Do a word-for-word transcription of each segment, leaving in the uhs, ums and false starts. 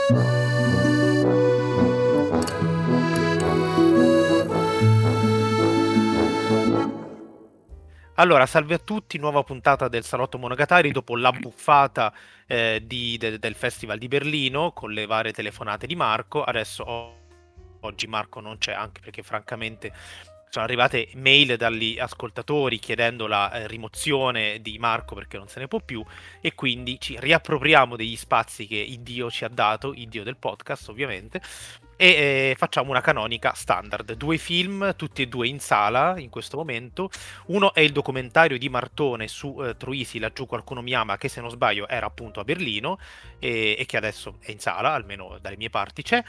Allora, salve a tutti, nuova puntata del Salotto Monogatari dopo la buffata eh, di- de- del Festival di Berlino con le varie telefonate di Marco. Adesso o- oggi Marco non c'è, anche perché francamente sono arrivate mail dagli ascoltatori chiedendo la eh, rimozione di Marco perché non se ne può più, e quindi ci riappropriamo degli spazi che il Dio ci ha dato, il Dio del podcast ovviamente, e eh, facciamo una canonica standard. Due film, tutti e due in sala in questo momento. Uno è il documentario di Martone su eh, Troisi, laggiù qualcuno mi ama, che se non sbaglio era appunto a Berlino e, e che adesso è in sala, almeno dalle mie parti c'è.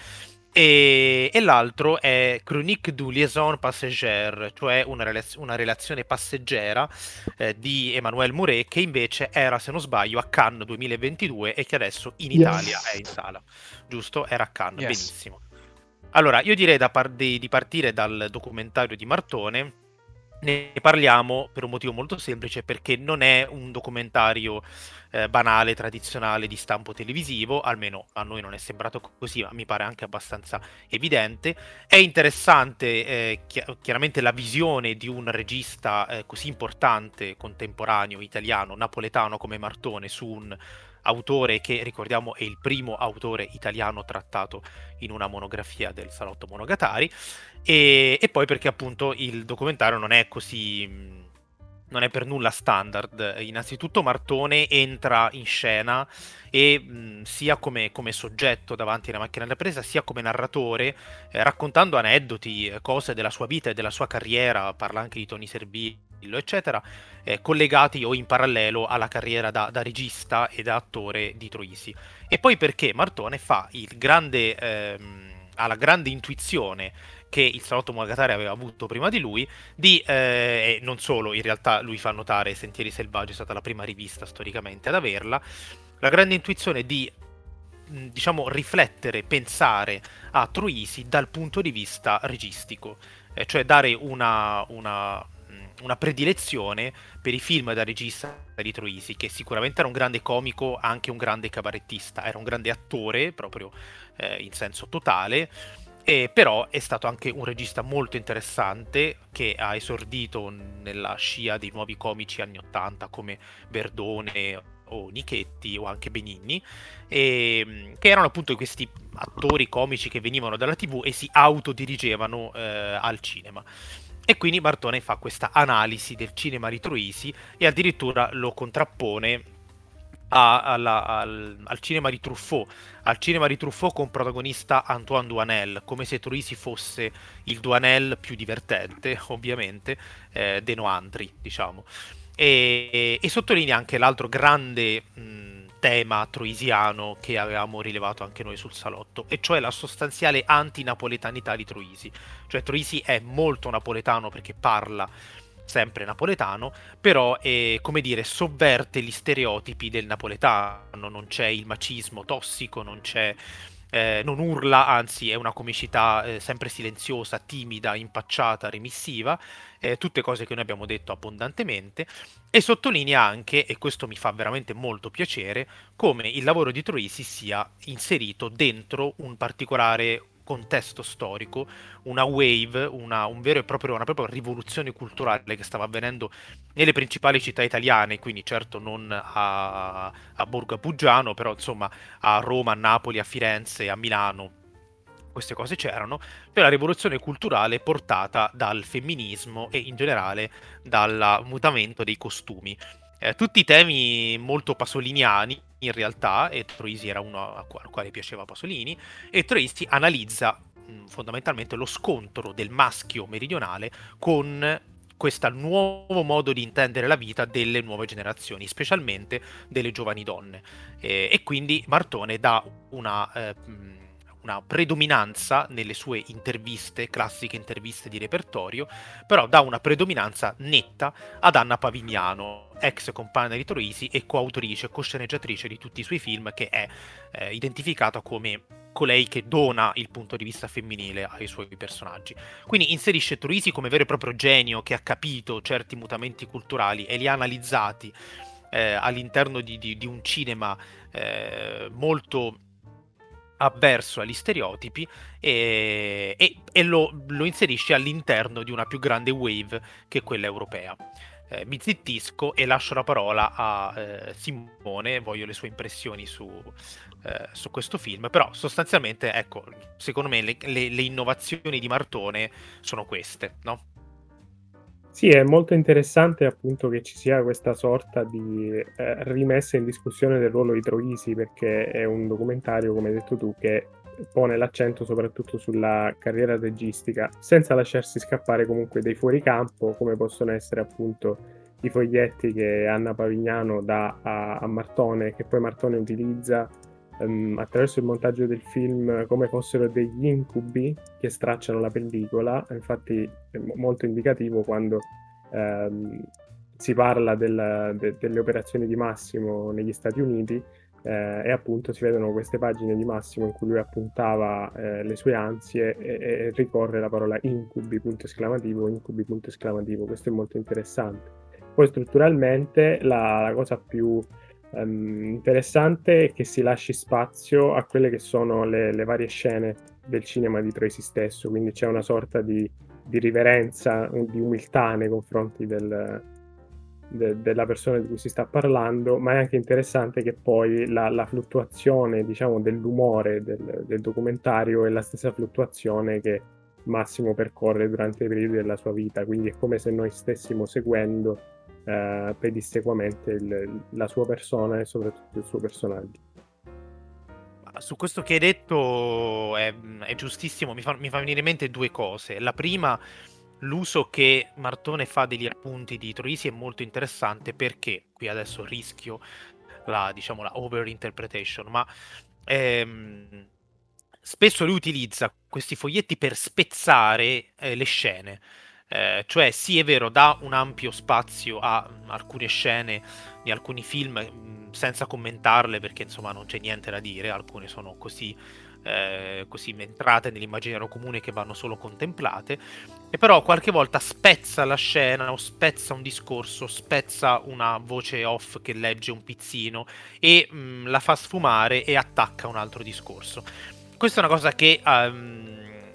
E, e l'altro è Chronique du liaison passeggère, cioè una, relaz- una relazione passeggera eh, di Emmanuel Mouret, che invece era, se non sbaglio, a Cannes duemilaventidue e che adesso in Italia è in Yes. sala. Giusto? Era a Cannes, Yes. benissimo. Allora, io direi da par- di, di partire dal documentario di Martone. Ne parliamo per un motivo molto semplice, perché non è un documentario eh, banale, tradizionale di stampo televisivo, almeno a noi non è sembrato così, ma mi pare anche abbastanza evidente. È interessante eh, chi- chiaramente la visione di un regista eh, così importante, contemporaneo, italiano, napoletano come Martone, su un autore che, ricordiamo, è il primo autore italiano trattato in una monografia del Salotto Monogatari. E, e poi perché appunto il documentario non è così, mh, non è per nulla standard. Innanzitutto Martone entra in scena e mh, sia come, come soggetto davanti alla macchina da presa, sia come narratore, eh, raccontando aneddoti, eh, cose della sua vita e della sua carriera, parla anche di Tony Servillo, eccetera, eh, collegati o in parallelo alla carriera da, da regista e da attore di Troisi. E poi perché Martone fa il grande, ehm, ha la grande intuizione che il Salotto Monogatari aveva avuto prima di lui, di, eh, e non solo, in realtà lui fa notare Sentieri Selvaggi è stata la prima rivista storicamente ad averla, la grande intuizione di, mh, diciamo, riflettere, pensare a Troisi dal punto di vista registico, eh, cioè dare una, una, mh, una predilezione per i film da regista di Troisi, che sicuramente era un grande comico, anche un grande cabarettista, era un grande attore proprio eh, in senso totale. E però è stato anche un regista molto interessante, che ha esordito nella scia dei nuovi comici anni ottanta come Verdone o Nichetti o anche Benigni, e, che erano appunto questi attori comici che venivano dalla tivù e si autodirigevano eh, al cinema. E quindi Martone fa questa analisi del cinema di Troisi e addirittura lo contrappone a- alla- al, al cinema di Truffaut, al cinema di Truffaut con protagonista Antoine Duanel, come se Troisi fosse il Duanel più divertente, ovviamente, eh, de Noantri, diciamo. E, e sottolinea anche l'altro grande mh, tema troisiano che avevamo rilevato anche noi sul salotto, e cioè la sostanziale antinapoletanità di Troisi. Cioè Troisi è molto napoletano perché parla sempre napoletano, però eh, come dire, sovverte gli stereotipi del napoletano, non c'è il macismo tossico, non c'è eh, non urla, anzi è una comicità eh, sempre silenziosa, timida, impacciata, remissiva, eh, tutte cose che noi abbiamo detto abbondantemente, e sottolinea anche, e questo mi fa veramente molto piacere, come il lavoro di Troisi sia inserito dentro un particolare contesto storico, una wave, una, un vero e proprio, una propria rivoluzione culturale che stava avvenendo nelle principali città italiane, quindi certo non a, a Borgo Puggiano, però insomma a Roma, a Napoli, a Firenze, a Milano, queste cose c'erano, per la rivoluzione culturale portata dal femminismo e in generale dal mutamento dei costumi. Eh, tutti temi molto pasoliniani in realtà, e Troisi era uno al quale piaceva Pasolini, e Troisi analizza mh, fondamentalmente lo scontro del maschio meridionale con questo nuovo modo di intendere la vita delle nuove generazioni, specialmente delle giovani donne. Eh, e quindi Martone dà una, eh, una predominanza nelle sue interviste, classiche interviste di repertorio, però dà una predominanza netta ad Anna Pavignano, ex compagna di Troisi e coautrice e cosceneggiatrice di tutti i suoi film, che è eh, identificata come colei che dona il punto di vista femminile ai suoi personaggi. Quindi inserisce Troisi come vero e proprio genio che ha capito certi mutamenti culturali e li ha analizzati eh, all'interno di, di, di un cinema eh, molto avverso agli stereotipi e, e- e lo, lo inserisce all'interno di una più grande wave che è quella europea. Eh, mi zittisco e lascio la parola a eh, Simone, voglio le sue impressioni su, eh, su questo film, però sostanzialmente, ecco, secondo me le, le- le innovazioni di Martone sono queste, no? Sì, è molto interessante appunto che ci sia questa sorta di eh, rimessa in discussione del ruolo di Troisi, perché è un documentario, come hai detto tu, che pone l'accento soprattutto sulla carriera registica, senza lasciarsi scappare comunque dei fuoricampo, come possono essere appunto i foglietti che Anna Pavignano dà a, a Martone, che poi Martone utilizza ehm, attraverso il montaggio del film come fossero degli incubi che stracciano la pellicola. Infatti è mo- molto indicativo quando ehm, si parla del- de- delle operazioni di Massimo negli Stati Uniti, eh, e appunto si vedono queste pagine di Massimo in cui lui appuntava eh, le sue ansie e, e ricorre la parola incubi, punto esclamativo, incubi, punto esclamativo. Questo è molto interessante. Poi strutturalmente la, la cosa più ehm, interessante è che si lasci spazio a quelle che sono le, le varie scene del cinema di Troisi stesso, quindi c'è una sorta di, di riverenza, un- di umiltà nei confronti del, de- della persona di cui si sta parlando, ma è anche interessante che poi la, la fluttuazione, diciamo, dell'umore del, del documentario è la stessa fluttuazione che Massimo percorre durante i periodi della sua vita, quindi è come se noi stessimo seguendo eh, pedissequamente il- la sua persona e soprattutto il suo personaggio. Su questo che hai detto è, è giustissimo, mi fa, mi fa venire in mente due cose. La prima, l'uso che Martone fa degli appunti di Troisi è molto interessante perché, qui adesso rischio la, diciamo, la overinterpretation, ma ehm, spesso lui utilizza questi foglietti per spezzare eh, le scene. Eh, cioè, sì, è vero, dà un ampio spazio a mh, alcune scene di alcuni film mh, senza commentarle perché insomma non c'è niente da dire, alcune sono così, eh, così entrate nell'immaginario comune che vanno solo contemplate, e però qualche volta spezza la scena o spezza un discorso, spezza una voce off che legge un pizzino e mh, la fa sfumare e attacca un altro discorso. Questa è una cosa che um,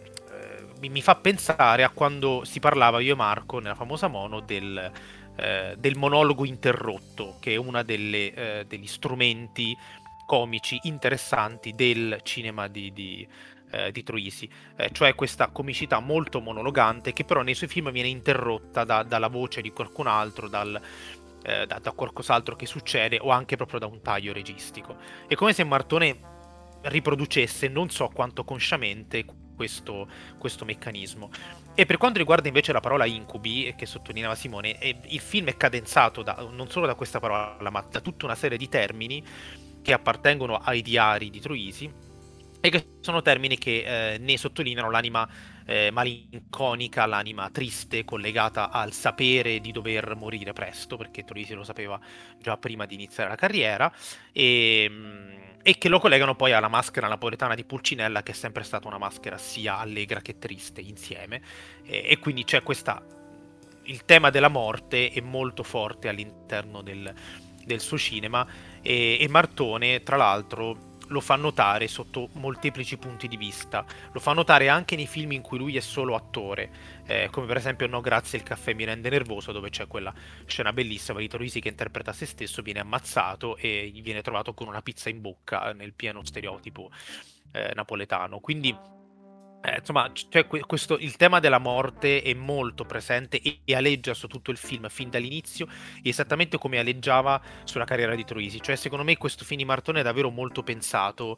mi, mi fa pensare a quando si parlava io e Marco nella famosa mono del, eh, del monologo interrotto, che è uno eh, degli strumenti comici interessanti del cinema di, di, eh, di Troisi, eh, cioè questa comicità molto monologante che però nei suoi film viene interrotta da, dalla voce di qualcun altro, dal, eh, da, da qualcos'altro che succede o anche proprio da un taglio registico. È come se Martone riproducesse, non so quanto consciamente, questo, questo meccanismo. E per quanto riguarda invece la parola incubi, che sottolineava Simone, eh, il film è cadenzato da, non solo da questa parola, ma da tutta una serie di termini che appartengono ai diari di Troisi e che sono termini che eh, ne sottolineano l'anima eh, malinconica, l'anima triste, collegata al sapere di dover morire presto, perché Troisi lo sapeva già prima di iniziare la carriera, e, e che lo collegano poi alla maschera napoletana di Pulcinella, che è sempre stata una maschera sia allegra che triste insieme, e, e quindi c'è questa... Il tema della morte è molto forte all'interno del, del suo cinema e, e Martone, tra l'altro, lo fa notare sotto molteplici punti di vista. Lo fa notare anche nei film in cui lui è solo attore, eh, come per esempio No grazie, il caffè mi rende nervoso, dove c'è quella scena bellissima di Troisi che interpreta se stesso, viene ammazzato e gli viene trovato con una pizza in bocca nel pieno stereotipo eh, napoletano. Quindi eh, insomma, c- cioè, que- questo, il tema della morte è molto presente e, e aleggia su tutto il film fin dall'inizio, esattamente come aleggiava sulla carriera di Troisi. Cioè, secondo me, questo film di Martone è davvero molto pensato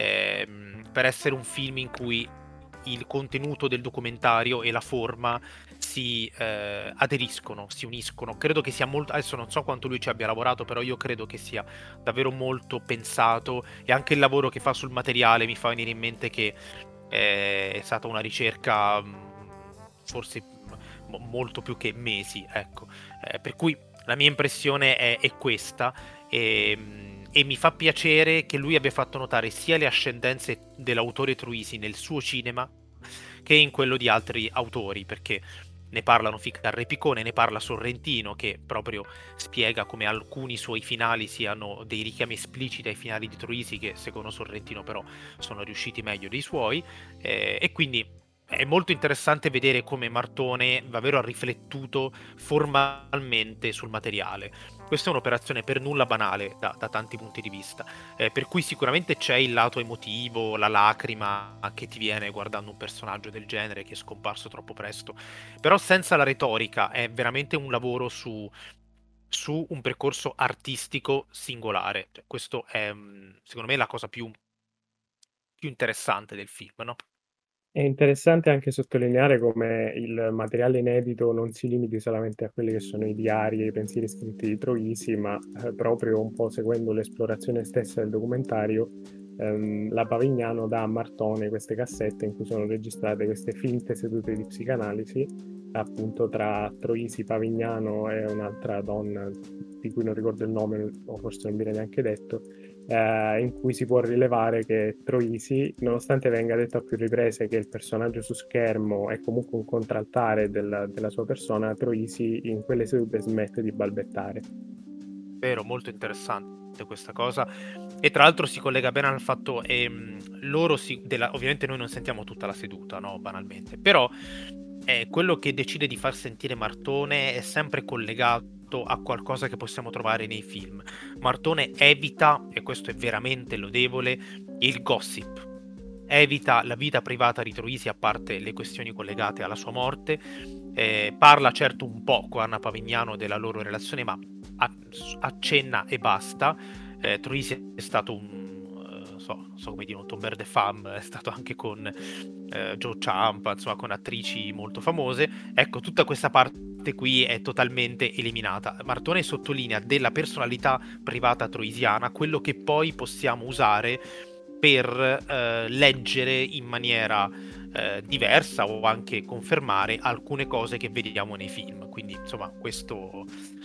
ehm, per essere un film in cui il contenuto del documentario e la forma si eh, aderiscono, si uniscono. Credo che sia molto. Adesso non so quanto lui ci abbia lavorato, però io credo che sia davvero molto pensato e anche il lavoro che fa sul materiale mi fa venire in mente che è stata una ricerca mh, forse mo- molto più che mesi, ecco. Eh, per cui la mia impressione è, è questa e, mh, e mi fa piacere che lui abbia fatto notare sia le ascendenze dell'autore Truisi nel suo cinema che in quello di altri autori, perché ne parlano Ficarra e Picone, ne parla Sorrentino, che proprio spiega come alcuni suoi finali siano dei richiami espliciti ai finali di Troisi, che secondo Sorrentino però sono riusciti meglio dei suoi, eh, e quindi è molto interessante vedere come Martone davvero ha riflettuto formalmente sul materiale. Questa è un'operazione per nulla banale da, da tanti punti di vista, eh, per cui sicuramente c'è il lato emotivo, la lacrima che ti viene guardando un personaggio del genere che è scomparso troppo presto, però senza la retorica è veramente un lavoro su, su un percorso artistico singolare. Cioè, questo è mm, secondo me la cosa più, più interessante del film, no? È interessante anche sottolineare come il materiale inedito non si limiti solamente a quelli che sono i diari e i pensieri scritti di Troisi, ma, ehm, proprio un po' seguendo l'esplorazione stessa del documentario, ehm, la Pavignano dà a Martone queste cassette in cui sono registrate queste finte sedute di psicanalisi, appunto tra Troisi, Pavignano e un'altra donna di cui non ricordo il nome, o forse non viene neanche detto, eh, in cui si può rilevare che Troisi, nonostante venga detto a più riprese che il personaggio su schermo è comunque un contraltare della, della sua persona, Troisi in quelle sedute smette di balbettare. Vero, molto interessante questa cosa. E tra l'altro si collega bene al fatto, ehm, loro si, della, ovviamente noi non sentiamo tutta la seduta, no, banalmente, però eh, quello che decide di far sentire Martone è sempre collegato a qualcosa che possiamo trovare nei film. Martone evita, e questo è veramente lodevole, il gossip. Evita la vita privata di Troisi, a parte le questioni collegate alla sua morte. Eh, parla certo un po' con Anna Pavignano della loro relazione, ma accenna e basta. Eh, Troisi è stato un, uh, so, non so come dire, un tomber de femme, è stato anche con eh, Joe Ciampa, insomma, con attrici molto famose. Ecco, tutta questa parte qui è totalmente eliminata. Martone sottolinea della personalità privata troisiana quello che poi possiamo usare per eh, leggere in maniera eh, diversa o anche confermare alcune cose che vediamo nei film. Quindi, insomma, questo,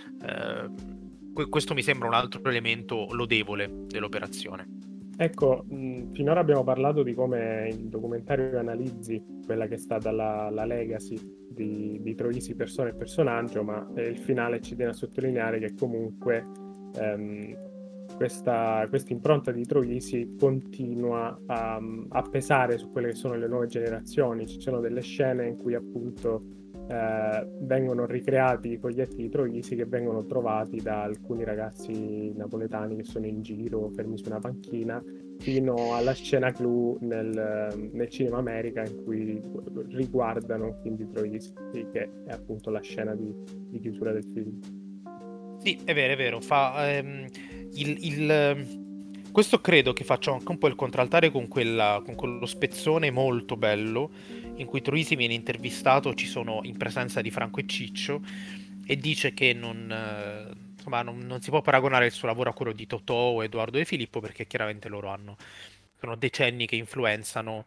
eh, questo mi sembra un altro elemento lodevole dell'operazione. Ecco, mh, finora abbiamo parlato di come il documentario analizzi quella che è stata la, la legacy di, di Troisi persona e personaggio, ma eh, il finale ci tiene a sottolineare che comunque ehm, questa impronta di Troisi continua a, a pesare su quelle che sono le nuove generazioni. Ci sono delle scene in cui appunto eh, vengono ricreati i foglietti di Troisi che vengono trovati da alcuni ragazzi napoletani che sono in giro fermi su una panchina, fino alla scena clou nel, nel Cinema America in cui riguardano un film di Troisi, che è appunto la scena di, di chiusura del film. Sì, è vero, è vero. Fa, ehm, il, il- questo credo che faccia anche un po' il contraltare con, quella, con quello spezzone molto bello in cui Troisi viene intervistato, ci sono in presenza di Franco e Ciccio, e dice che non, eh, insomma, non, non si può paragonare il suo lavoro a quello di Totò o Edoardo De Filippo, perché chiaramente loro hanno, sono decenni che influenzano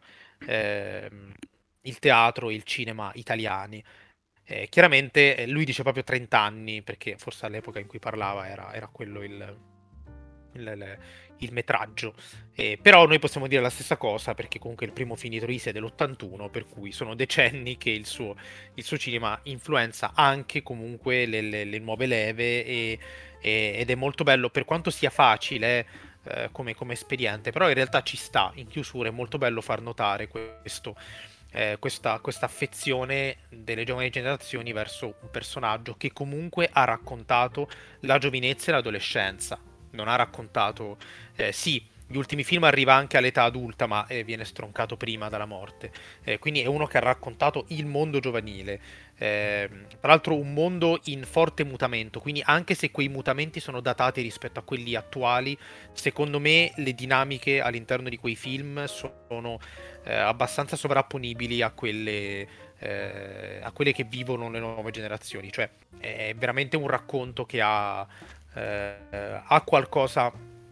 ehm, il teatro e il cinema italiani. Eh, chiaramente eh, lui dice proprio trenta anni, perché forse all'epoca in cui parlava era, era quello il, il, il- il metraggio. Eh, però noi possiamo dire la stessa cosa, perché comunque il primo film di Troisi è dell'ottantuno, per cui sono decenni che il suo, il suo cinema influenza anche comunque le, le- le nuove leve, e- e- ed è molto bello, per quanto sia facile eh, come, come espediente, però in realtà ci sta, in chiusura è molto bello far notare questo, eh, questa, questa affezione delle giovani generazioni verso un personaggio che comunque ha raccontato la giovinezza e l'adolescenza. Non ha raccontato, eh, sì, gli ultimi film arriva anche all'età adulta, ma eh, viene stroncato prima dalla morte. Eh, quindi è uno che ha raccontato il mondo giovanile. Eh, tra l'altro un mondo in forte mutamento, quindi anche se quei mutamenti sono datati rispetto a quelli attuali, secondo me le dinamiche all'interno di quei film sono eh, abbastanza sovrapponibili a quelle, eh, a quelle che vivono le nuove generazioni. Cioè è veramente un racconto che ha, eh, ha qualcosa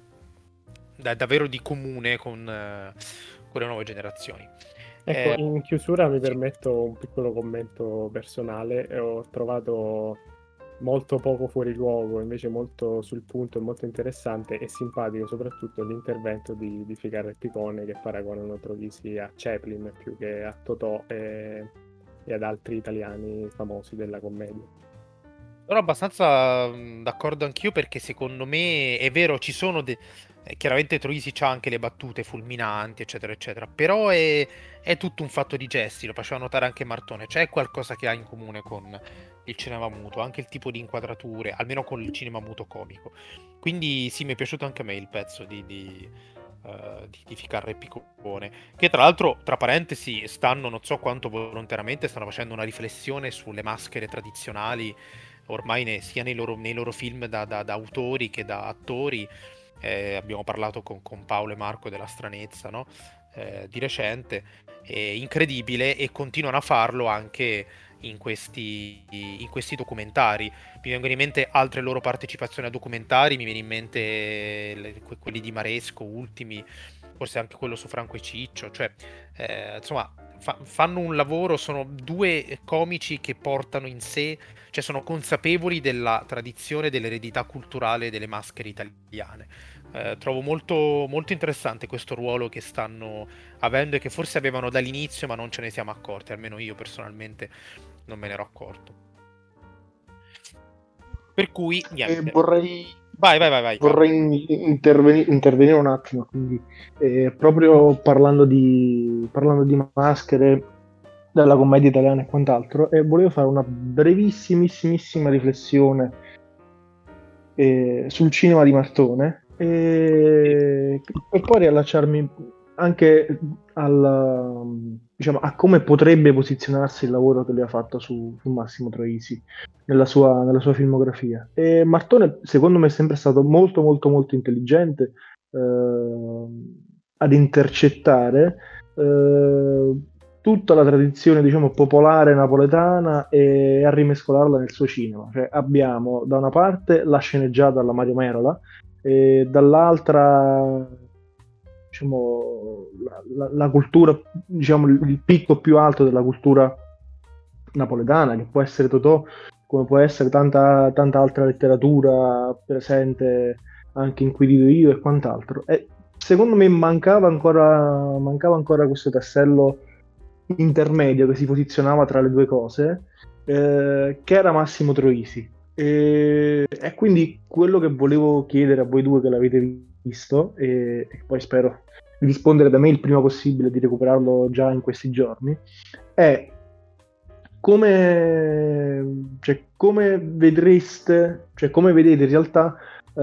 da, davvero di comune con, eh, con le nuove generazioni. Ecco, Eh, in chiusura mi sì. permetto un piccolo commento personale. E ho trovato molto poco fuori luogo, invece molto sul punto e molto interessante e simpatico soprattutto l'intervento di, di Ficarra e Picone che paragonano Troisi a Chaplin più che a Totò. E e ad altri italiani famosi della commedia. Sono abbastanza mh, d'accordo anch'io perché secondo me è vero, ci sono de- eh, chiaramente Troisi c'ha anche le battute fulminanti, eccetera, eccetera, però è, è tutto un fatto di gesti, lo faceva notare anche Martone, c'è qualcosa che ha in comune con il cinema muto, anche il tipo di inquadrature, almeno con il cinema muto comico. Quindi sì, mi è piaciuto anche a me il pezzo di, di, eh, di, di Ficarra e Piccone, che tra l'altro, tra parentesi, stanno, non so quanto volontariamente, stanno facendo una riflessione sulle maschere tradizionali ormai ne- sia nei loro, nei loro film da, da- da autori che da attori. Eh, abbiamo parlato con, con Paolo e Marco della Stranezza, no? Eh, di recente. È incredibile e continuano a farlo anche in questi, in questi documentari. Mi vengono in mente altre loro partecipazioni a documentari, mi viene in mente le- que- quelli di Maresco, ultimi, forse anche quello su Franco e Ciccio, cioè eh, insomma fa- fanno un lavoro, sono due comici che portano in sé, cioè sono consapevoli della tradizione, dell'eredità culturale delle maschere italiane. Eh, trovo molto, molto interessante questo ruolo che stanno avendo e che forse avevano dall'inizio ma non ce ne siamo accorti, almeno io personalmente non me ne ero accorto. Per cui, E niente. vorrei, Vai, vai, vai, vai, Carlo. vorrei interveni- intervenire un attimo, quindi, eh, proprio parlando di, parlando di maschere della commedia italiana e quant'altro, e volevo fare una brevissimissima riflessione eh, sul cinema di Martone Sì. e per poi riallacciarmi anche alla, diciamo, a come potrebbe posizionarsi il lavoro che lui ha fatto su, su Massimo Troisi nella sua, nella sua filmografia. E Martone, secondo me, è sempre stato molto, molto, molto intelligente eh, ad intercettare eh, tutta la tradizione, diciamo, popolare napoletana e a rimescolarla nel suo cinema. Cioè, abbiamo da una parte la sceneggiata alla Mario Merola e dall'altra, diciamo, la, la- la cultura, diciamo, il il picco più alto della cultura napoletana, che può essere Totò, come può essere tanta, tanta altra letteratura presente anche in Qui Rido Io e quant'altro. E secondo me mancava ancora, mancava ancora questo tassello intermedio che si posizionava tra le due cose, eh, che era Massimo Troisi. E, e quindi quello che volevo chiedere a voi due che l'avete visto, e, e poi spero di rispondere da me il prima possibile, di recuperarlo già in questi giorni, è come, cioè, come vedreste, cioè come vedete in realtà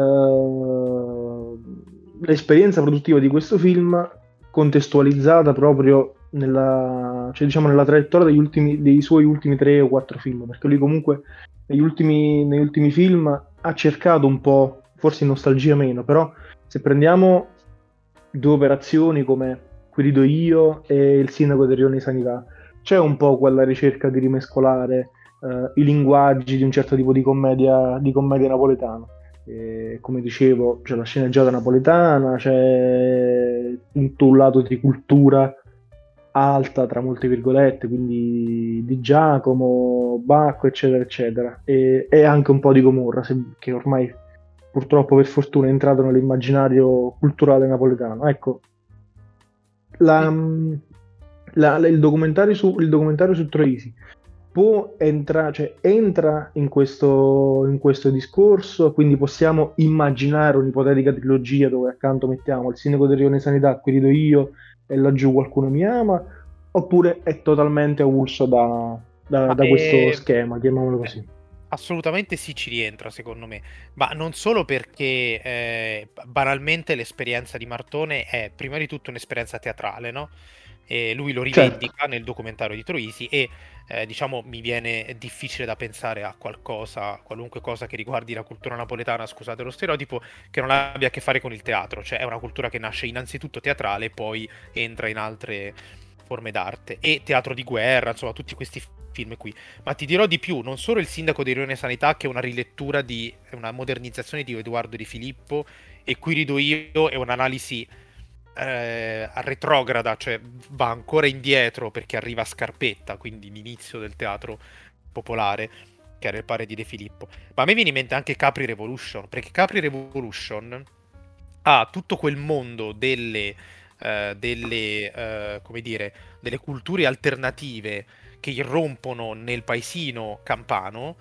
eh, l'esperienza produttiva di questo film contestualizzata proprio nella, cioè, diciamo, nella traiettoria degli ultimi, dei suoi ultimi tre o quattro film, perché lui comunque negli ultimi, negli ultimi film ha cercato un po', forse in nostalgia meno, però se prendiamo due operazioni come Qui rido io e il sindaco del Rione di Sanità, c'è un po' quella ricerca di rimescolare eh, i linguaggi di un certo tipo di commedia, di commedia napoletana. E, come dicevo, c'è la sceneggiata napoletana, c'è tutto un lato di cultura alta, tra molte virgolette, quindi di Giacomo, Bacco, eccetera, eccetera, e, e anche un po' di Gomorra, se- che ormai purtroppo per fortuna è entrato nell'immaginario culturale napoletano. Ecco, la, Mm. la- la- il documentario su, il documentario su Troisi può entrare, cioè entra in questo, in questo discorso, quindi possiamo immaginare un'ipotetica trilogia dove accanto mettiamo il sindaco del Rione Sanità, qui rido io, e laggiù qualcuno mi ama, oppure è totalmente avulso da, da- Ma da questo è... schema, chiamiamolo eh, così. assolutamente sì, ci rientra secondo me, ma non solo perché eh, banalmente l'esperienza di Martone è prima di tutto un'esperienza teatrale, no? E lui lo Certo, rivendica nel documentario di Troisi e eh, diciamo mi viene difficile da pensare a qualcosa, qualunque cosa che riguardi la cultura napoletana, scusate lo stereotipo, che non abbia a che fare con il teatro, cioè è una cultura che nasce innanzitutto teatrale e poi entra in altre forme d'arte e teatro di guerra, insomma tutti questi film qui. Ma ti dirò di più, non solo il sindaco di Rione Sanità, che è una rilettura di è una modernizzazione di Edoardo Di Filippo, e qui rido io, è un'analisi eh, retrograda, cioè va ancora indietro perché arriva a Scarpetta, quindi l'inizio del teatro popolare, che era il pare di De Filippo. Ma a me viene in mente anche Capri Revolution, perché Capri Revolution ha tutto quel mondo delle, eh, delle, eh, come dire, delle culture alternative che irrompono nel paesino campano,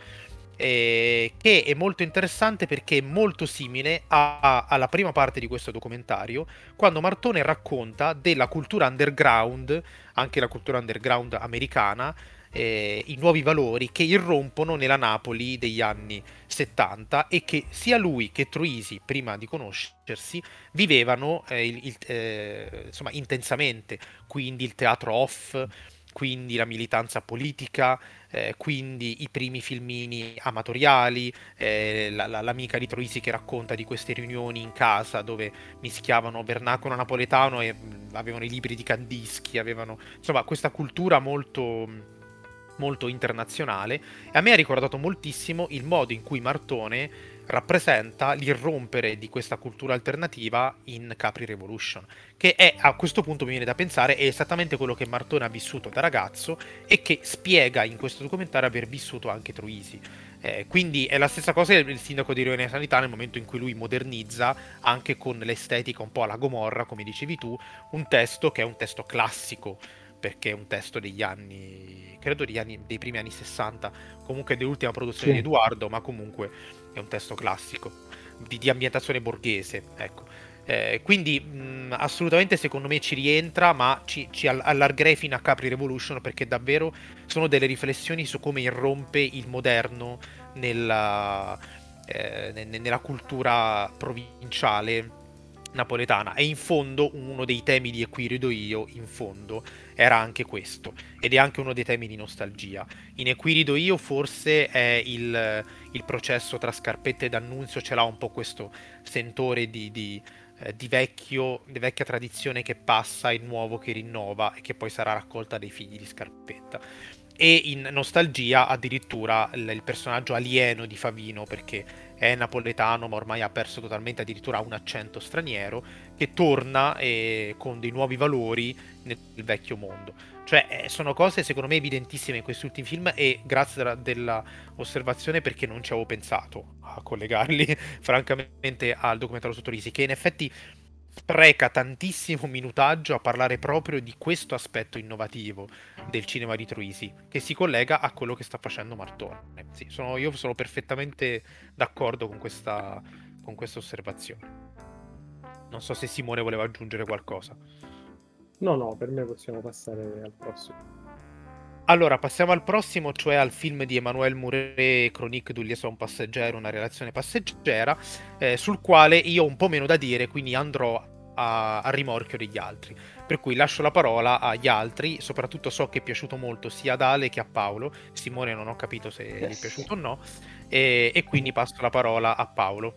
eh, che è molto interessante perché è molto simile a- alla prima parte di questo documentario, quando Martone racconta della cultura underground, anche la cultura underground americana, eh, i nuovi valori che irrompono nella Napoli degli anni settanta e che sia lui che Troisi, prima di conoscersi, vivevano eh, il- il- eh, insomma, intensamente, quindi il teatro off, quindi la militanza politica, eh, quindi i primi filmini amatoriali, eh, la- la- l'amica di Troisi che racconta di queste riunioni in casa dove mischiavano vernacolo napoletano e mh, avevano i libri di Kandinsky, avevano insomma questa cultura molto molto internazionale, e a me ha ricordato moltissimo il modo in cui Martone rappresenta l'irrompere di questa cultura alternativa in Capri Revolution, che è, a questo punto mi viene da pensare, è esattamente quello che Martone ha vissuto da ragazzo e che spiega in questo documentario aver vissuto anche Troisi. Eh, quindi è la stessa cosa del sindaco di Rione Sanità nel momento in cui lui modernizza anche con l'estetica un po' alla Gomorra, come dicevi tu, un testo che è un testo classico, perché è un testo degli anni, credo degli anni, dei primi anni sessanta, comunque dell'ultima produzione Sì. di Edoardo, ma comunque è un testo classico, di, di ambientazione borghese, ecco. Eh, quindi mh, assolutamente secondo me ci rientra, ma ci, ci all- allargherei fino a Capri Revolution, perché davvero sono delle riflessioni su come irrompe il moderno nella, eh, ne- nella cultura provinciale napoletana, e in fondo uno dei temi di Equirido Io in fondo era anche questo, ed è anche uno dei temi di nostalgia. In Equirido Io forse è il, il processo tra Scarpetta e D'Annunzio, ce l'ha un po' questo sentore di, di, eh, di vecchio, di vecchia tradizione che passa e nuovo che rinnova e che poi sarà raccolta dai figli di Scarpetta. E in Nostalgia addirittura il, il personaggio alieno di Favino, perché è napoletano ma ormai ha perso totalmente, addirittura un accento straniero, che torna eh, con dei nuovi valori nel vecchio mondo. Cioè eh, sono cose secondo me evidentissime in questi ultimi film, e grazie della, della osservazione, perché non ci avevo pensato a collegarli francamente al documentario su Torisi, che in effetti spreca tantissimo minutaggio a parlare proprio di questo aspetto innovativo del cinema di Troisi, che si collega a quello che sta facendo Martone. Sì, sono, io sono perfettamente d'accordo con questa, con questa osservazione. Non so se Simone voleva aggiungere qualcosa. No, no, per me possiamo passare al prossimo. Allora, passiamo al prossimo, cioè al film di Emmanuel Mouret, Chronique du liaison passeggero, una relazione passeggera, eh, sul quale io ho un po' meno da dire, quindi andrò a, a rimorchio degli altri. Per cui lascio la parola agli altri, soprattutto so che è piaciuto molto sia ad Ale che a Paolo. Simone non ho capito se gli è Yes. piaciuto o no, e, e quindi passo la parola a Paolo.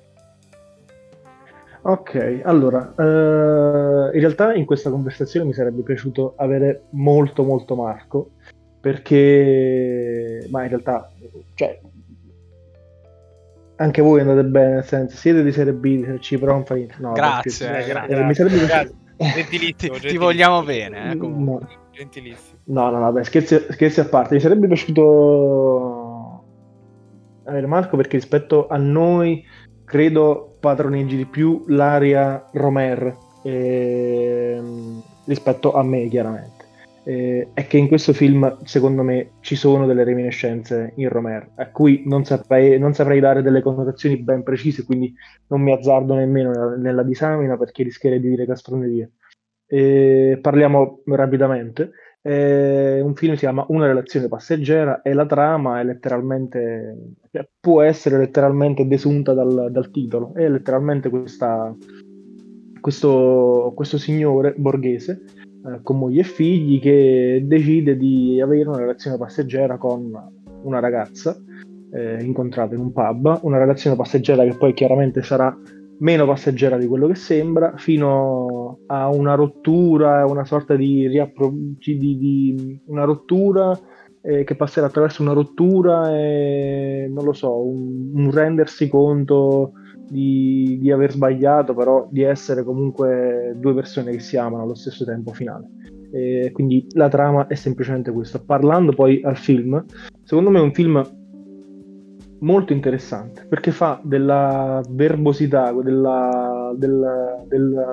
Ok, allora, eh, in realtà in questa conversazione mi sarebbe piaciuto avere molto molto Marco, perché, ma in realtà, cioè, anche voi andate bene, nel senso, siete di Serie B, di Serie C, però non fa niente. No, Grazie, perché, eh, grazie. eh, mi sarebbe Grazie. piaciuto... Gentilissimo, Ti, ti gentilissimo. vogliamo bene, eh, comunque. No. Gentilissimo. No, no, vabbè, scherzi, scherzi a parte. Mi sarebbe piaciuto avere Marco perché rispetto a noi credo padroneggi di più l'area Romer ehm, rispetto a me, chiaramente. Eh, è che in questo film, secondo me, ci sono delle reminiscenze in Romer, a cui non saprei, non saprei dare delle connotazioni ben precise, quindi non mi azzardo nemmeno nella, nella disamina perché rischierei di dire castronerie. Eh, parliamo rapidamente. Eh, un film si chiama Una relazione passeggera e la trama è letteralmente, cioè, può essere letteralmente desunta dal, dal titolo. È letteralmente questa, questo, questo signore borghese eh, con moglie e figli che decide di avere una relazione passeggera con una ragazza eh, incontrata in un pub, una relazione passeggera che poi chiaramente sarà meno passeggera di quello che sembra, fino a una rottura, una sorta di, riappro- di, di una rottura eh, che passerà attraverso una rottura e non lo so, un, un rendersi conto di, di aver sbagliato, però di essere comunque due persone che si amano allo stesso tempo finale. E quindi la trama è semplicemente questa. Parlando poi al film, secondo me è un film molto interessante perché fa della verbosità, della, della, del,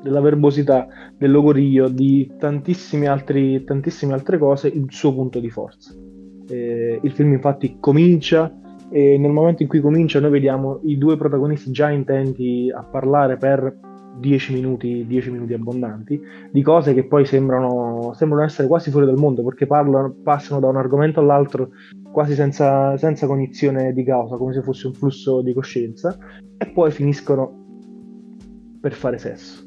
della verbosità, del logorio, di tantissimi altri, tantissime altre cose, il suo punto di forza. Eh, il film infatti comincia e nel momento in cui comincia noi vediamo i due protagonisti già intenti a parlare per dieci minuti, dieci minuti abbondanti, di cose che poi sembrano, sembrano essere quasi fuori dal mondo, perché parlano, passano da un argomento all'altro quasi senza, senza cognizione di causa, come se fosse un flusso di coscienza, e poi finiscono per fare sesso.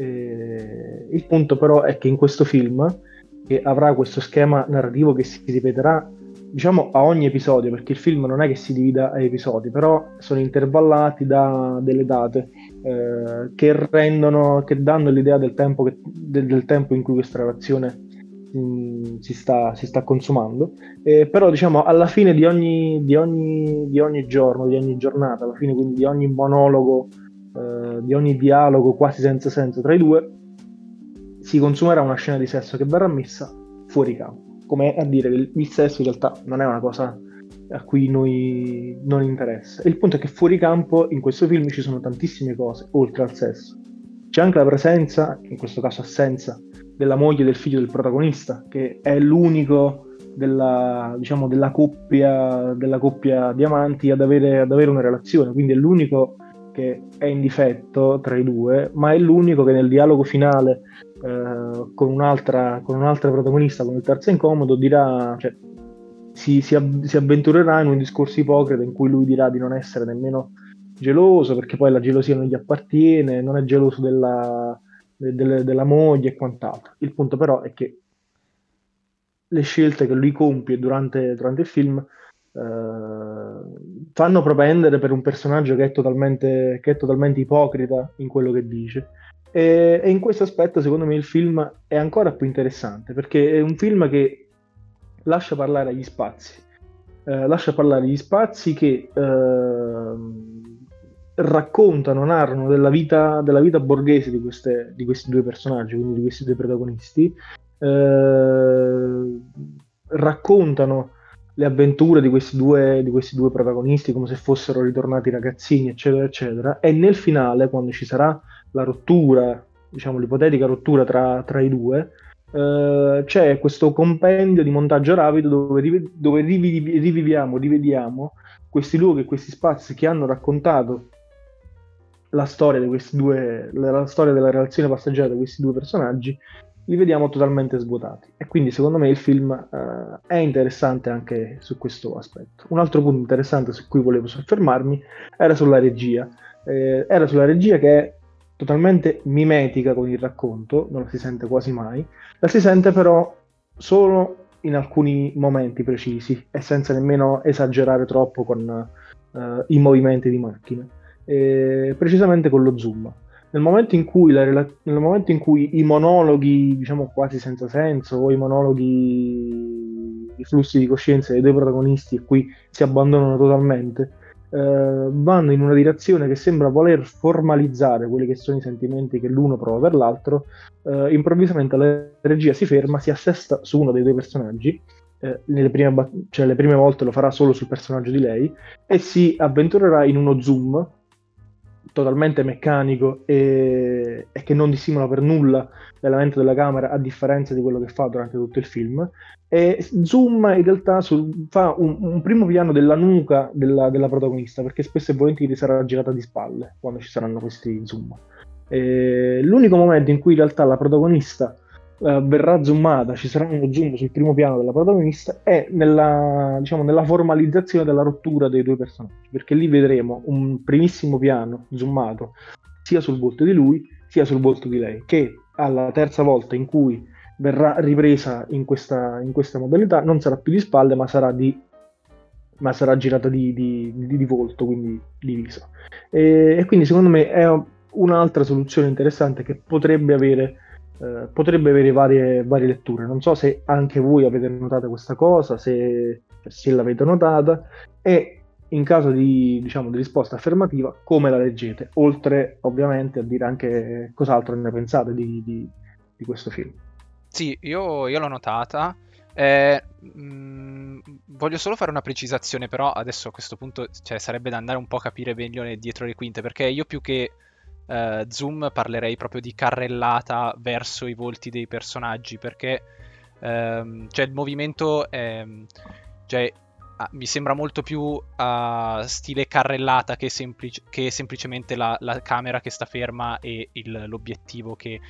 E il punto però è che in questo film, che avrà questo schema narrativo che si ripeterà diciamo a ogni episodio, perché il film non è che si divida a episodi, però sono intervallati da delle date eh, che rendono, che danno l'idea del tempo, che, del, del tempo in cui questa relazione mh, si, sta, si sta consumando. Eh, però diciamo alla fine di ogni, di, ogni, di ogni giorno, di ogni giornata, alla fine quindi di ogni monologo, eh, di ogni dialogo quasi senza senso tra i due, si consumerà una scena di sesso che verrà messa fuori campo. Come a dire che il sesso in realtà non è una cosa a cui noi non interessa. E il punto è che fuori campo in questo film ci sono tantissime cose oltre al sesso. C'è anche la presenza, in questo caso assenza, della moglie e del figlio del protagonista, che è l'unico della, diciamo, della coppia della coppia di amanti ad avere, ad avere una relazione, quindi è l'unico che è in difetto tra i due, ma è l'unico che nel dialogo finale eh, con un'altra con un'altra protagonista, con il terzo incomodo, dirà, cioè, si, si, ab- si avventurerà in un discorso ipocrita in cui lui dirà di non essere nemmeno geloso, perché poi la gelosia non gli appartiene, non è geloso della, de- de- della moglie e quant'altro. Il punto però è che le scelte che lui compie durante, durante il film Uh, fanno propendere per un personaggio che è totalmente che è totalmente ipocrita in quello che dice, e, e in questo aspetto secondo me il film è ancora più interessante, perché è un film che lascia parlare agli spazi uh, lascia parlare agli spazi che uh, raccontano, narrano della vita, della vita borghese di, queste, di questi due personaggi, quindi di questi due protagonisti, uh, raccontano le avventure di questi due, di questi due protagonisti come se fossero ritornati ragazzini, eccetera, eccetera. E nel finale, quando ci sarà la rottura, diciamo l'ipotetica rottura tra, tra i due, eh, c'è questo compendio di montaggio rapido dove, rive, dove rivivi, riviviamo, rivediamo questi luoghi e questi spazi che hanno raccontato la storia di questi due, la storia della relazione passeggera di questi due personaggi, li vediamo totalmente svuotati, e quindi secondo me il film uh, è interessante anche su questo aspetto. Un altro punto interessante su cui volevo soffermarmi era sulla regia, eh, era sulla regia che è totalmente mimetica con il racconto, non la si sente quasi mai, la si sente però solo in alcuni momenti precisi e senza nemmeno esagerare troppo con uh, i movimenti di macchina, eh, precisamente con lo zoom. Nel momento in cui la, nel momento in cui i monologhi, diciamo quasi senza senso, o i monologhi, i flussi di coscienza dei due protagonisti, e qui si abbandonano totalmente, eh, vanno in una direzione che sembra voler formalizzare quelli che sono i sentimenti che l'uno prova per l'altro, eh, improvvisamente la regia si ferma, si assesta su uno dei due personaggi, eh, nelle prime, cioè le prime volte lo farà solo sul personaggio di lei, e si avventurerà in uno zoom totalmente meccanico e, e che non dissimula per nulla l'elemento della camera, a differenza di quello che fa durante tutto il film, e zoom in realtà sul, fa un, un primo piano della nuca della, della protagonista, perché spesso e volentieri sarà girata di spalle quando ci saranno questi zoom. E l'unico momento in cui in realtà la protagonista Uh, verrà zoomata, ci sarà uno zoom sul primo piano della protagonista, è nella, diciamo, nella formalizzazione della rottura dei due personaggi, perché lì vedremo un primissimo piano zoomato sia sul volto di lui sia sul volto di lei, che alla terza volta in cui verrà ripresa in questa, in questa modalità non sarà più di spalle, ma sarà di ma sarà girata di, di, di, di volto, quindi di viso, e, e quindi secondo me è un'altra soluzione interessante che potrebbe avere Uh, potrebbe avere varie, varie letture. Non so se anche voi avete notato questa cosa, se, se l'avete notata, e in caso di, diciamo, di risposta affermativa come la leggete, oltre ovviamente a dire anche cos'altro ne pensate di, di, di questo film. Sì, io, io l'ho notata. Eh, mh, voglio solo fare una precisazione, però adesso a questo punto, cioè, sarebbe da andare un po' a capire meglio dietro le quinte, perché io più che uh, zoom parlerei proprio di carrellata verso i volti dei personaggi, perché um, cioè il movimento è, cioè, ah, mi sembra molto più uh, stile carrellata che, semplic- che semplicemente la, la camera che sta ferma e il, l'obiettivo che,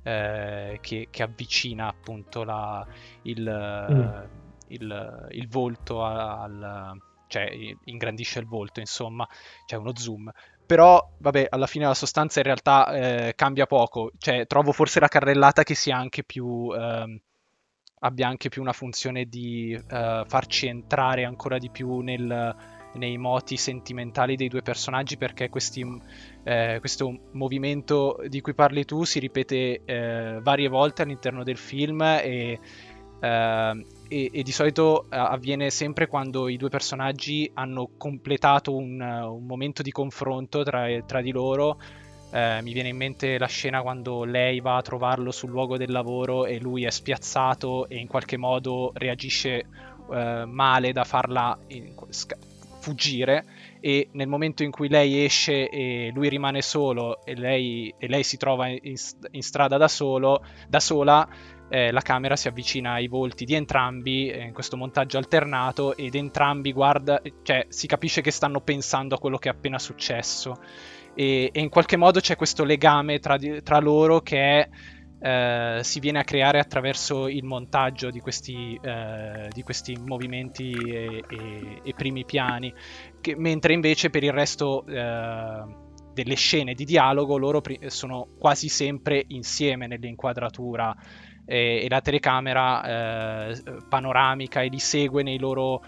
eh, che, che avvicina appunto la, il, mm. il, il volto al, cioè ingrandisce il volto, insomma, c'è uno zoom. Però, vabbè, alla fine la sostanza in realtà eh, cambia poco. Cioè, trovo forse la carrellata che sia anche più... Ehm, abbia anche più una funzione di uh, farci entrare ancora di più nel, nei moti sentimentali dei due personaggi, perché questi, eh, questo movimento di cui parli tu si ripete eh, varie volte all'interno del film e, eh, e, e di solito eh, avviene sempre quando i due personaggi hanno completato un, un momento di confronto tra, tra di loro. Eh, mi viene in mente la scena quando lei va a trovarlo sul luogo del lavoro e lui è spiazzato e in qualche modo reagisce eh, male da farla in, sca- fuggire, e nel momento in cui lei esce e lui rimane solo e lei, e lei si trova in, in strada da, solo, da sola, eh, la camera si avvicina ai volti di entrambi eh, in questo montaggio alternato, ed entrambi guarda, cioè si capisce che stanno pensando a quello che è appena successo. E, e in qualche modo c'è questo legame tra, tra loro che eh, si viene a creare attraverso il montaggio di questi, eh, di questi movimenti e, e, e primi piani, che, mentre invece per il resto eh, delle scene di dialogo loro pri- sono quasi sempre insieme nell'inquadratura e, e la telecamera eh, panoramica e li segue nei loro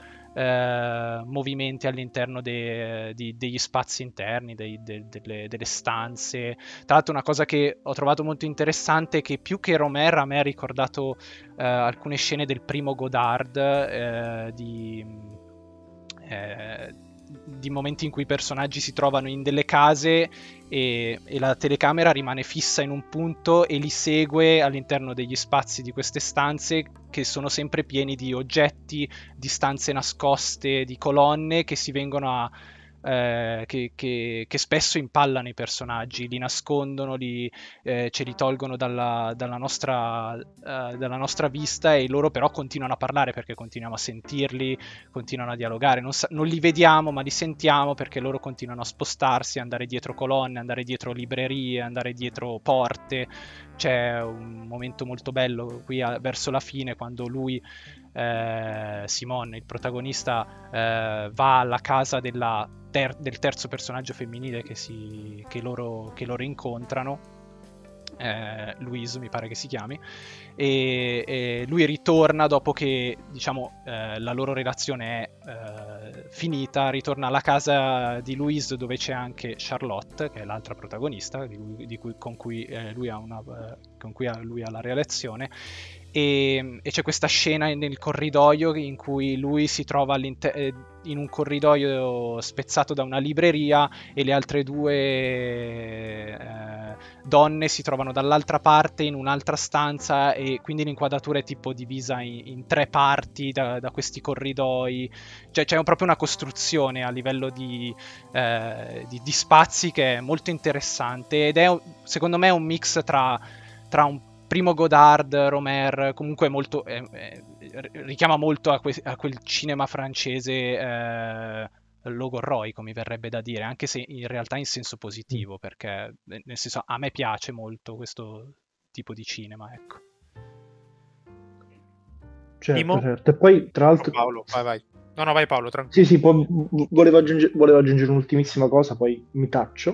Uh, movimenti all'interno de, di, degli spazi interni, dei, de, delle, delle stanze. Tra l'altro una cosa che ho trovato molto interessante è che più che Romer a me ha ricordato uh, alcune scene del primo Godard uh, di, uh, di momenti in cui i personaggi si trovano in delle case e, e la telecamera rimane fissa in un punto e li segue all'interno degli spazi di queste stanze, che sono sempre pieni di oggetti, di stanze nascoste, di colonne che si vengono a eh, che, che, che spesso impallano i personaggi, li nascondono, li, eh, ce li tolgono dalla, dalla, nostra, uh, dalla nostra vista, e loro però continuano a parlare perché continuiamo a sentirli, continuano a dialogare, non, sa- non li vediamo ma li sentiamo perché loro continuano a spostarsi, andare dietro colonne, andare dietro librerie, andare dietro porte. C'è un momento molto bello qui a, verso la fine, quando lui eh, Simone, il protagonista, eh, va alla casa della ter- del terzo personaggio femminile che, si, che, loro, che loro incontrano, eh, Louise mi pare che si chiami, e, e lui ritorna dopo che, diciamo, eh, la loro relazione è eh, finita, ritorna alla casa di Louise dove c'è anche Charlotte, che è l'altra protagonista di cui, di cui, con cui eh, lui ha una eh, con cui ha, lui ha la relazione. E, e c'è questa scena nel corridoio in cui lui si trova in un corridoio spezzato da una libreria e le altre due eh, donne si trovano dall'altra parte in un'altra stanza, e quindi l'inquadratura è tipo divisa in, in tre parti da, da questi corridoi. Cioè c'è proprio una costruzione a livello di, eh, di, di spazi che è molto interessante, ed è secondo me un mix tra, tra un primo Godard, Romer, comunque molto eh, eh, richiama molto a, que- a quel cinema francese eh, logorroico, mi verrebbe da dire, anche se in realtà in senso positivo, perché nel senso a me piace molto questo tipo di cinema, ecco. Certo, Timo? certo. E poi tra l'altro Paolo, vai vai. No, no, vai Paolo, tranquillo. Sì, sì, poi volevo aggiungere, volevo aggiungere un'ultimissima cosa, poi mi taccio.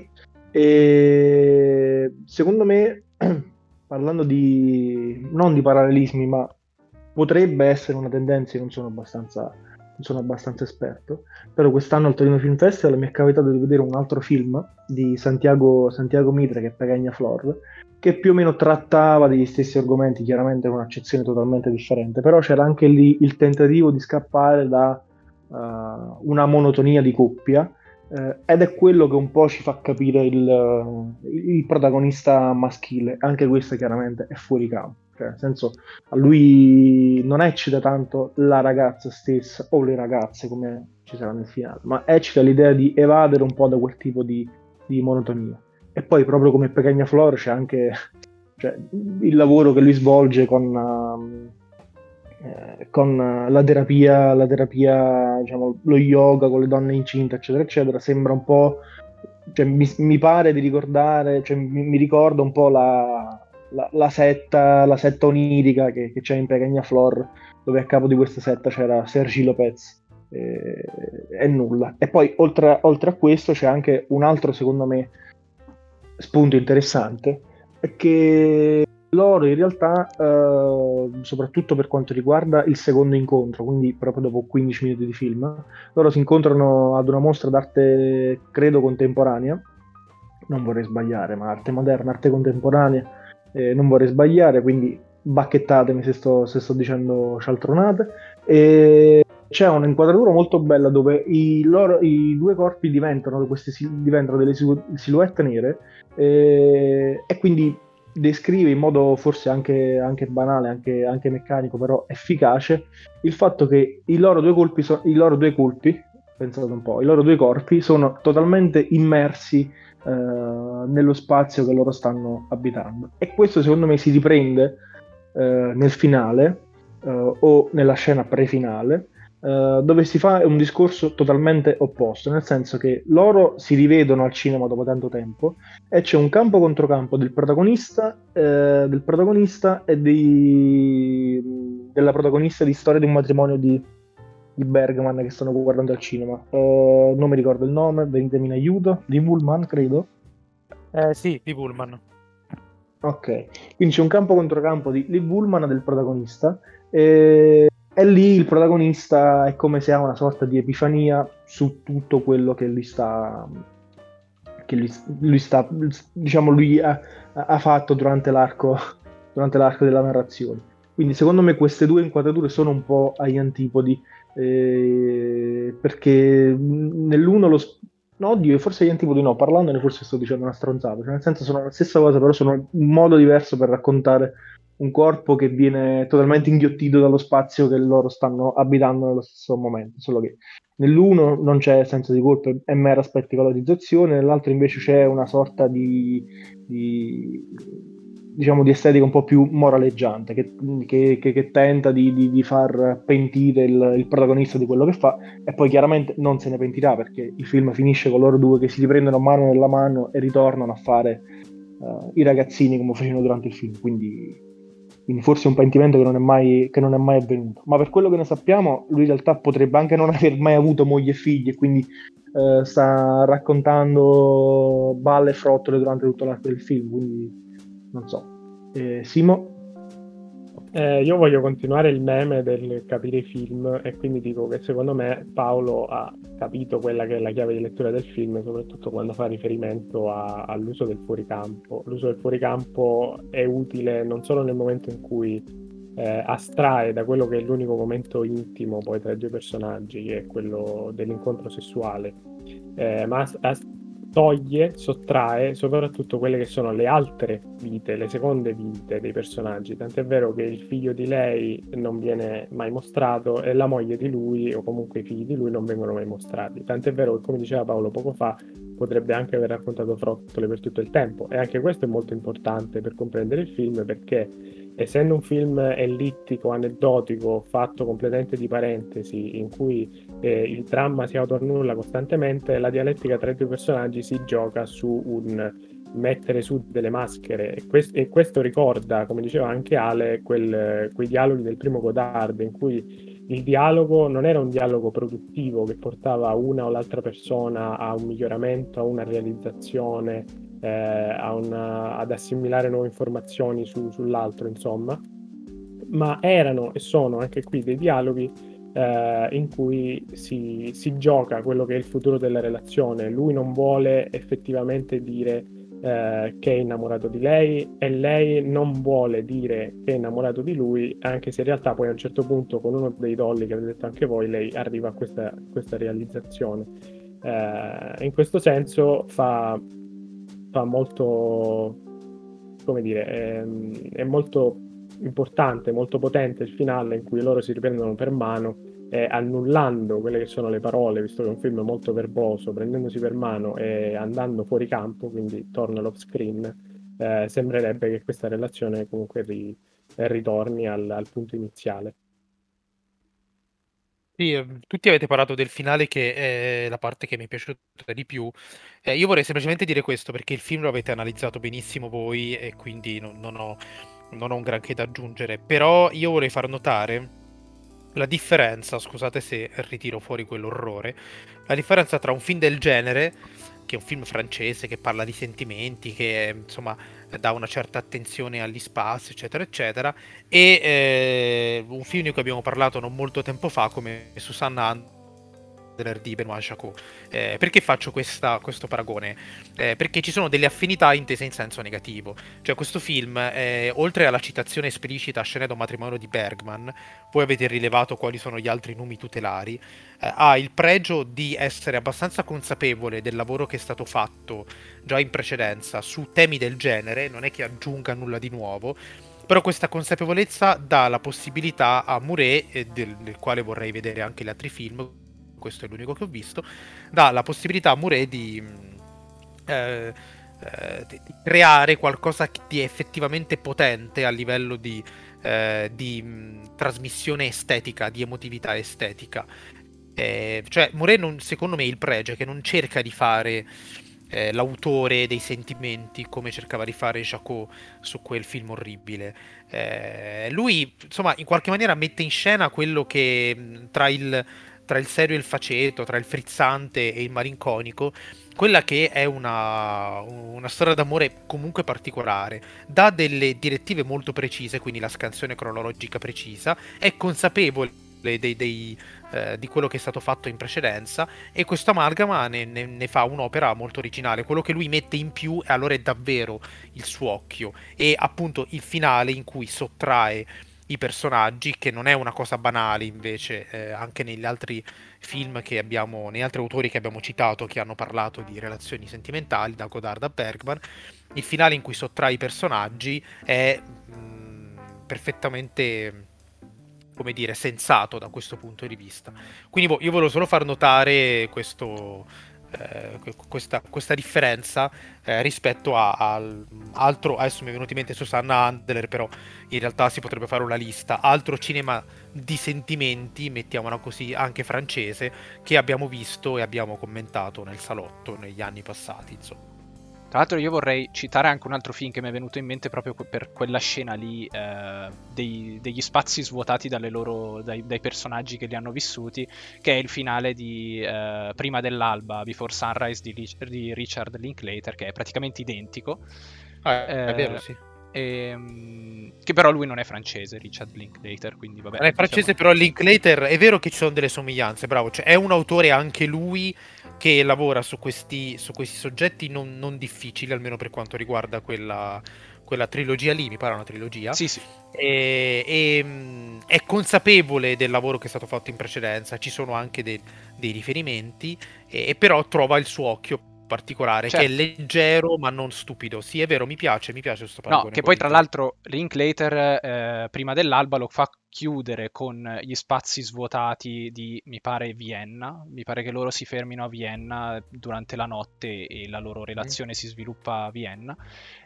E secondo me, parlando di non di parallelismi, ma potrebbe essere una tendenza, io non sono abbastanza, non sono abbastanza esperto, però quest'anno al Torino Film Festival mi è capitato di vedere un altro film di Santiago, Santiago Mitre, che è Pequeña Flor, che più o meno trattava degli stessi argomenti, chiaramente con un'accezione totalmente differente, però c'era anche lì il tentativo di scappare da uh, una monotonia di coppia, uh, ed è quello che un po' ci fa capire il, uh, il protagonista maschile. Anche questo chiaramente è fuori campo, cioè nel senso, a lui non eccita tanto la ragazza stessa o le ragazze come ci sarà nel finale, ma eccita l'idea di evadere un po' da quel tipo di, di monotonia. e poi proprio come Pequeñaflor c'è anche cioè, il lavoro che lui svolge con, uh, eh, con la terapia, la terapia, diciamo, lo yoga con le donne incinte, eccetera, eccetera, sembra un po', cioè, mi, mi pare di ricordare, cioè, mi, mi ricorda un po' la, la, la setta, la setta onirica che, che c'è in Pequeñaflor, dove a capo di questa setta c'era Sergi Lopez. E, e nulla. E poi oltre, oltre a questo c'è anche un altro, secondo me, spunto interessante, è che loro in realtà, eh, soprattutto per quanto riguarda il secondo incontro, quindi proprio dopo quindici minuti di film, loro si incontrano ad una mostra d'arte, credo contemporanea, non vorrei sbagliare, ma arte moderna, arte contemporanea, eh, non vorrei sbagliare, quindi bacchettatemi se sto, se sto dicendo cialtronate. E c'è un'inquadratura molto bella dove i, loro, i due corpi diventano, queste, diventano delle silhouette nere, e, e quindi descrive in modo forse anche, anche banale, anche, anche meccanico, però efficace, il fatto che i loro due colpi, so, i loro due colpi, pensate un po', i loro due corpi sono totalmente immersi eh, nello spazio che loro stanno abitando. E questo secondo me si riprende eh, nel finale eh, o nella scena pre-finale, Uh, dove si fa un discorso totalmente opposto, nel senso che loro si rivedono al cinema dopo tanto tempo e c'è un campo contro campo del protagonista, eh, del protagonista e di, della protagonista di Storia di un matrimonio di, di Bergman che stanno guardando al cinema. Uh, non mi ricordo il nome, venitemi in aiuto, di Woolman, credo. Eh sì, di Pullman. Ok, quindi c'è un campo contro campo di Lee Woolman del protagonista e... E lì il protagonista è come se ha una sorta di epifania su tutto quello che lui sta, che lui, lui sta, diciamo, lui ha, ha fatto durante l'arco, durante l'arco della narrazione. Quindi secondo me queste due inquadrature sono un po' agli antipodi, eh, perché nell'uno lo... No, oddio, forse agli antipodi no, parlandone forse sto dicendo una stronzata, cioè nel senso sono la stessa cosa, però sono un modo diverso per raccontare un corpo che viene totalmente inghiottito dallo spazio che loro stanno abitando nello stesso momento, solo che nell'uno non c'è senso di colpa, è mera spettacolarizzazione, nell'altro invece c'è una sorta di, di diciamo di estetica un po' più moraleggiante che, che, che, che tenta di, di, di far pentire il, il protagonista di quello che fa, e poi chiaramente non se ne pentirà perché il film finisce con loro due che si riprendono mano nella mano e ritornano a fare uh, i ragazzini come facevano durante il film, quindi quindi forse un pentimento che non, è mai, che non è mai avvenuto. Ma per quello che ne sappiamo, lui in realtà potrebbe anche non aver mai avuto moglie e figli, e quindi eh, sta raccontando balle e frottole durante tutto l'arco del film, quindi non so. Eh, Simo? Eh, io voglio continuare il meme del capire i film, e quindi dico che secondo me Paolo ha capito quella che è la chiave di lettura del film, soprattutto quando fa riferimento a, all'uso del fuoricampo. L'uso del fuoricampo è utile non solo nel momento in cui eh, astrae da quello che è l'unico momento intimo poi tra i due personaggi, che è quello dell'incontro sessuale, eh, ma as- as- toglie, sottrae soprattutto quelle che sono le altre vite, le seconde vite dei personaggi, tant'è vero che il figlio di lei non viene mai mostrato e la moglie di lui, o comunque i figli di lui, non vengono mai mostrati, tant'è vero che, come diceva Paolo poco fa, potrebbe anche aver raccontato frottole per tutto il tempo, e anche questo è molto importante per comprendere il film, perché essendo un film ellittico, aneddotico, fatto completamente di parentesi, in cui eh, il dramma si autornulla costantemente, la dialettica tra i due personaggi si gioca su un mettere su delle maschere, e, quest- e questo ricorda, come diceva anche Ale, quel, quei dialoghi del primo Godard, in cui il dialogo non era un dialogo produttivo che portava una o l'altra persona a un miglioramento, a una realizzazione, eh, a una, ad assimilare nuove informazioni su, sull'altro, insomma, ma erano e sono anche qui dei dialoghi eh, in cui si, si gioca quello che è il futuro della relazione. Lui non vuole effettivamente dire eh, che è innamorato di lei, e lei non vuole dire che è innamorato di lui, anche se in realtà poi a un certo punto, con uno dei dolli che avete detto anche voi, lei arriva a questa, questa realizzazione. Eh, in questo senso fa, fa molto, come dire, è, è molto importante, molto potente il finale in cui loro si riprendono per mano eh, annullando quelle che sono le parole, visto che è un film molto verboso, prendendosi per mano e andando fuori campo, quindi torna l'off screen, eh, sembrerebbe che questa relazione comunque ri- ritorni al, al punto iniziale. Sì, eh, tutti avete parlato del finale che è la parte che mi è piaciuta di più. Eh, io vorrei semplicemente dire questo perché il film lo avete analizzato benissimo voi e quindi non, non ho, non ho un granché da aggiungere. Però io vorrei far notare la differenza, scusate se ritiro fuori quell'orrore, la differenza tra un film del genere, che è un film francese che parla di sentimenti, che insomma dà una certa attenzione agli spazi, eccetera, eccetera, e eh, un film di cui abbiamo parlato non molto tempo fa come Susanna Andler di Benoît Jacot. Eh, perché faccio questa, questo paragone? Eh, perché ci sono delle affinità intese in senso negativo. Cioè questo film, eh, oltre alla citazione esplicita a scene da un matrimonio di Bergman, voi avete rilevato quali sono gli altri numi tutelari, eh, ha il pregio di essere abbastanza consapevole del lavoro che è stato fatto già in precedenza su temi del genere, non è che aggiunga nulla di nuovo, però questa consapevolezza dà la possibilità a Mouret, eh, del, del quale vorrei vedere anche gli altri film, questo è l'unico che ho visto, dà la possibilità a Mouret di, eh, eh, di creare qualcosa di effettivamente potente a livello di, eh, di mh, trasmissione estetica, di emotività estetica. Eh, cioè, Mouret, non, secondo me, il pregio è che non cerca di fare eh, l'autore dei sentimenti come cercava di fare Jacot su quel film orribile. Eh, lui, insomma, in qualche maniera mette in scena quello che mh, tra il, tra il serio e il faceto, tra il frizzante e il malinconico, quella che è una, una storia d'amore comunque particolare, dà delle direttive molto precise, quindi la scansione cronologica precisa, è consapevole dei, dei, eh, di quello che è stato fatto in precedenza e questo amalgama ne, ne, ne fa un'opera molto originale. Quello che lui mette in più allora è davvero il suo occhio e appunto il finale in cui sottrae i personaggi, che non è una cosa banale invece, eh, anche negli altri film che abbiamo, negli altri autori che abbiamo citato che hanno parlato di relazioni sentimentali, da Godard a Bergman, il finale in cui sottrae i personaggi è mh, perfettamente, come dire, sensato da questo punto di vista. Quindi boh, io volevo solo far notare questo, eh, questa, questa differenza eh, rispetto a, al altro, adesso mi è venuto in mente Susanna Andler, però in realtà si potrebbe fare una lista, altro cinema di sentimenti, mettiamola così, anche francese, che abbiamo visto e abbiamo commentato nel salotto negli anni passati, insomma. Tra l'altro io vorrei citare anche un altro film che mi è venuto in mente proprio per quella scena lì, eh, dei, degli spazi svuotati dalle loro, dai, dai personaggi che li hanno vissuti, che è il finale di eh, Prima dell'alba, Before Sunrise di, di Richard Linklater, che è praticamente identico. Ah, è eh, vero, sì. E, che però lui non è francese, Richard Linklater, quindi vabbè. Non è francese, diciamo... però Linklater è vero che ci sono delle somiglianze, bravo, cioè è un autore anche lui che lavora su questi, su questi soggetti non, non difficili, almeno per quanto riguarda quella, quella trilogia lì, mi pare una trilogia. Sì, sì. E, e mh, è consapevole del lavoro che è stato fatto in precedenza, ci sono anche de- dei riferimenti, e, e però trova il suo occhio particolare, Certo. che è leggero ma non stupido. Sì, è vero, mi piace, mi piace questo No, paragone. che con poi tra Linklater. l'altro Linklater eh, prima dell'alba lo fa chiudere con gli spazi svuotati di, mi pare, Vienna. Mi pare che loro si fermino a Vienna durante la notte e la loro relazione mm. si sviluppa a Vienna.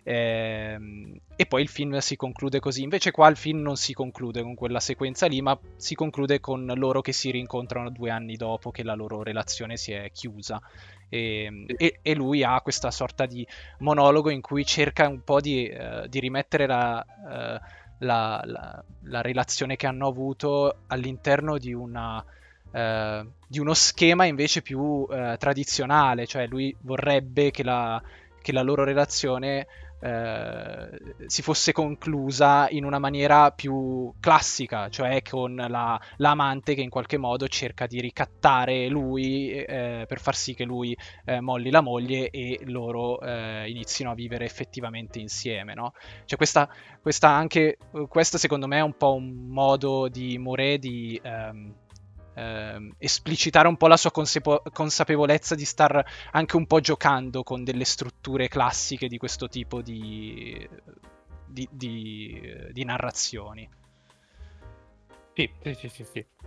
Ehm, e poi il film si conclude così. Invece qua il film non si conclude con quella sequenza lì, ma si conclude con loro che si rincontrano due anni dopo che la loro relazione si è chiusa. E, e, e lui ha questa sorta di monologo in cui cerca un po' di, eh, di rimettere la, eh, la, la, la relazione che hanno avuto all'interno di una eh, di uno schema invece più eh, tradizionale, cioè lui vorrebbe che la, che la loro relazione eh, si fosse conclusa in una maniera più classica, cioè con la, l'amante che in qualche modo cerca di ricattare lui eh, per far sì che lui eh, molli la moglie e loro eh, inizino a vivere effettivamente insieme, no? Cioè questa, questa anche questo secondo me è un po' un modo di Mouret di ehm, ehm, esplicitare un po' la sua consapevo- consapevolezza di star anche un po' giocando con delle strutture classiche di questo tipo di, di, di, di narrazioni. Sì, sì, sì, sì, sì.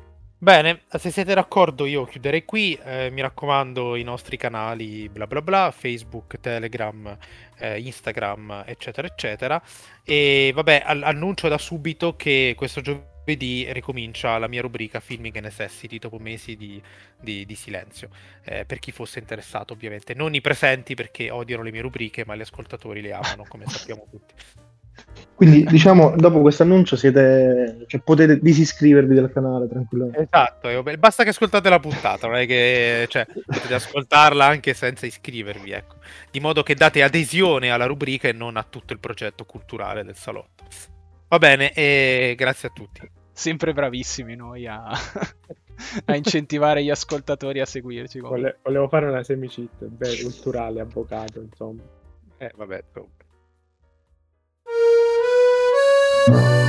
Bene, se siete d'accordo io chiuderei qui, eh, mi raccomando i nostri canali bla bla bla, Facebook, Telegram, eh, Instagram, eccetera eccetera, e vabbè, al- annuncio da subito che questo giovedì ricomincia la mia rubrica Filming and Necessity dopo mesi di, di- di silenzio, eh, per chi fosse interessato ovviamente, non i presenti perché odiano le mie rubriche, ma gli ascoltatori le amano, come sappiamo tutti. Quindi, diciamo, dopo questo annuncio siete, cioè, potete disiscrivervi dal canale tranquillamente. Esatto, e vabbè, basta che ascoltate la puntata, non è che cioè, potete ascoltarla anche senza iscrivervi, ecco, di modo che date adesione alla rubrica e non a tutto il progetto culturale del salotto. Va bene, e grazie a tutti. Sempre bravissimi noi a, a incentivare gli ascoltatori a seguirci. comunque. Vole- volevo fare una semi-cheat, beh, culturale, avvocato, insomma. Eh, vabbè, comunque.